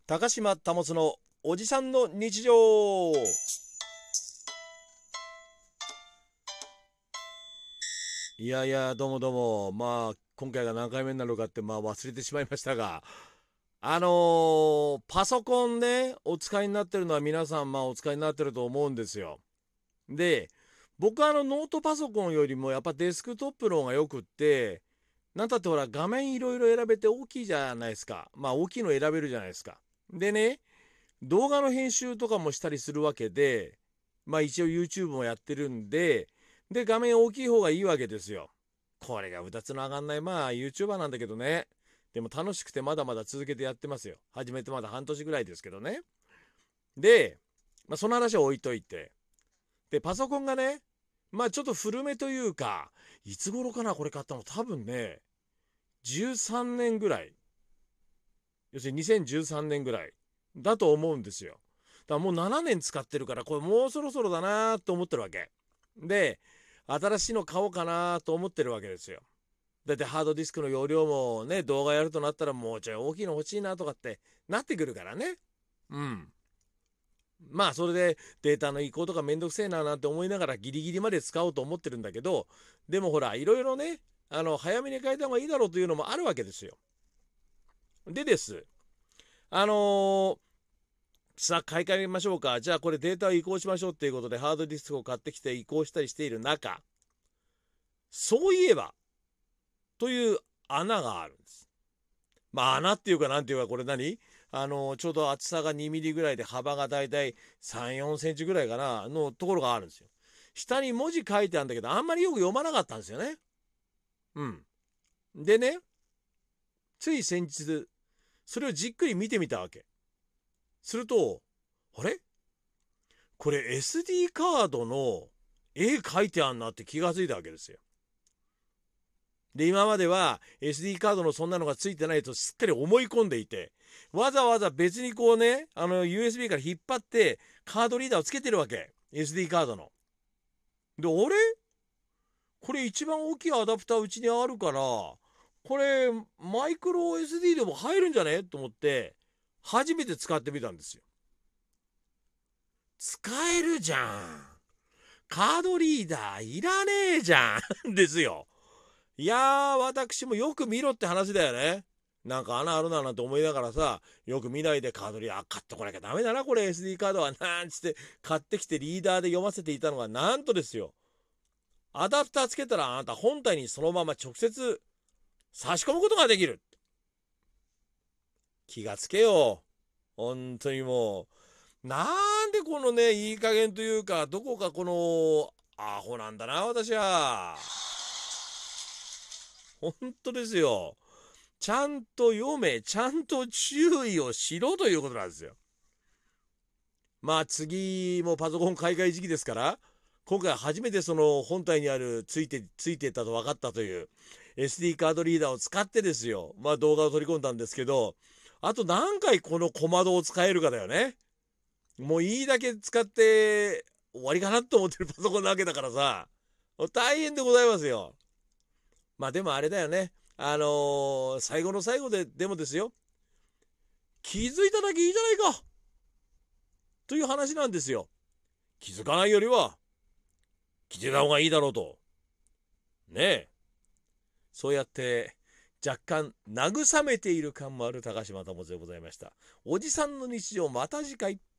高島保のおじさんの日常。いやいや、どうもどうも。今回が何回目になるかって忘れてしまいましたが、パソコンね、お使いになってるのは皆さんお使いになってると思うんですよ。で、僕はノートパソコンよりもやっぱデスクトップの方がよくって、なんたってほら画面いろいろ選べて大きいじゃないですか。大きいの選べるじゃないですか。でね、動画の編集とかもしたりするわけで、一応 YouTube もやってるんで、画面大きい方がいいわけですよ。これがうだつの上がんないYouTuber なんだけどね。でも楽しくてまだまだ続けてやってますよ。始めてまだ半年ぐらいですけどね。で、その話は置いといて。で、パソコンがね、ちょっと古めというか、いつ頃かなこれ買ったの。多分ね、13年ぐらい。要するに2013年ぐらいだと思うんですよ。だからもう7年使ってるから、これもうそろそろだなと思ってるわけで、新しいの買おうかなと思ってるわけですよ。だってハードディスクの容量もね、動画やるとなったらもうちょい大きいの欲しいなとかってなってくるからね。うん。それでデータの移行とかめんどくせえななんて思いながらギリギリまで使おうと思ってるんだけど、でもほらいろいろね、早めに変えた方がいいだろうというのもあるわけですよ。でです、あのーさあ買い替えましょうか。じゃあこれデータを移行しましょうっていうことでハードディスクを買ってきて移行したりしている中、そういえばという穴があるんです。穴っていうかなんていうか、これ何、ちょうど厚さが2ミリぐらいで幅がだいたい3、4センチぐらいかなのところがあるんですよ。下に文字書いてあるんだけど、あんまりよく読まなかったんですよね。うん。でね、つい先日、それをじっくり見てみたわけ。すると、あれこれ SD カードの絵描いてあんなって気がついたわけですよ。で、今までは SD カードのそんなのがついてないとすっかり思い込んでいて、わざわざ別にこうね、USB から引っ張ってカードリーダーをつけてるわけ。SD カードの。で、あれこれ一番大きいアダプターうちにあるから、これマイクロ SD でも入るんじゃねと思って、初めて使ってみたんですよ。使えるじゃん。カードリーダーいらねえじゃんですよ。いやー、私もよく見ろって話だよね。なんか穴あるななんて思いながらさ、よく見ないでカードリーダー買ってこなきゃダメだな、これ SD カードはなんつって買ってきてリーダーで読ませていたのがなんとですよ。アダプターつけたらあなた本体にそのまま直接差し込むことができる。気がつけよ。本当にもう。なんでこのね、いい加減というか、どこかこの、アホなんだな、私は。本当ですよ。ちゃんと読め、ちゃんと注意をしろということなんですよ。次もパソコン買い替え時期ですから、今回初めてその本体にあるついてたと分かったという SD カードリーダーを使ってですよ、動画を取り込んだんですけど、あと何回この小窓を使えるかだよね。もういいだけ使って終わりかなと思ってるパソコンなわけだからさ、大変でございますよ。でもあれだよね。最後の最後でもですよ。気づいただけいいじゃないかという話なんですよ。気づかないよりは気づいた方がいいだろうと。ねえ。そうやって若干慰めている感もある高島智でございました。おじさんの日常、また次回。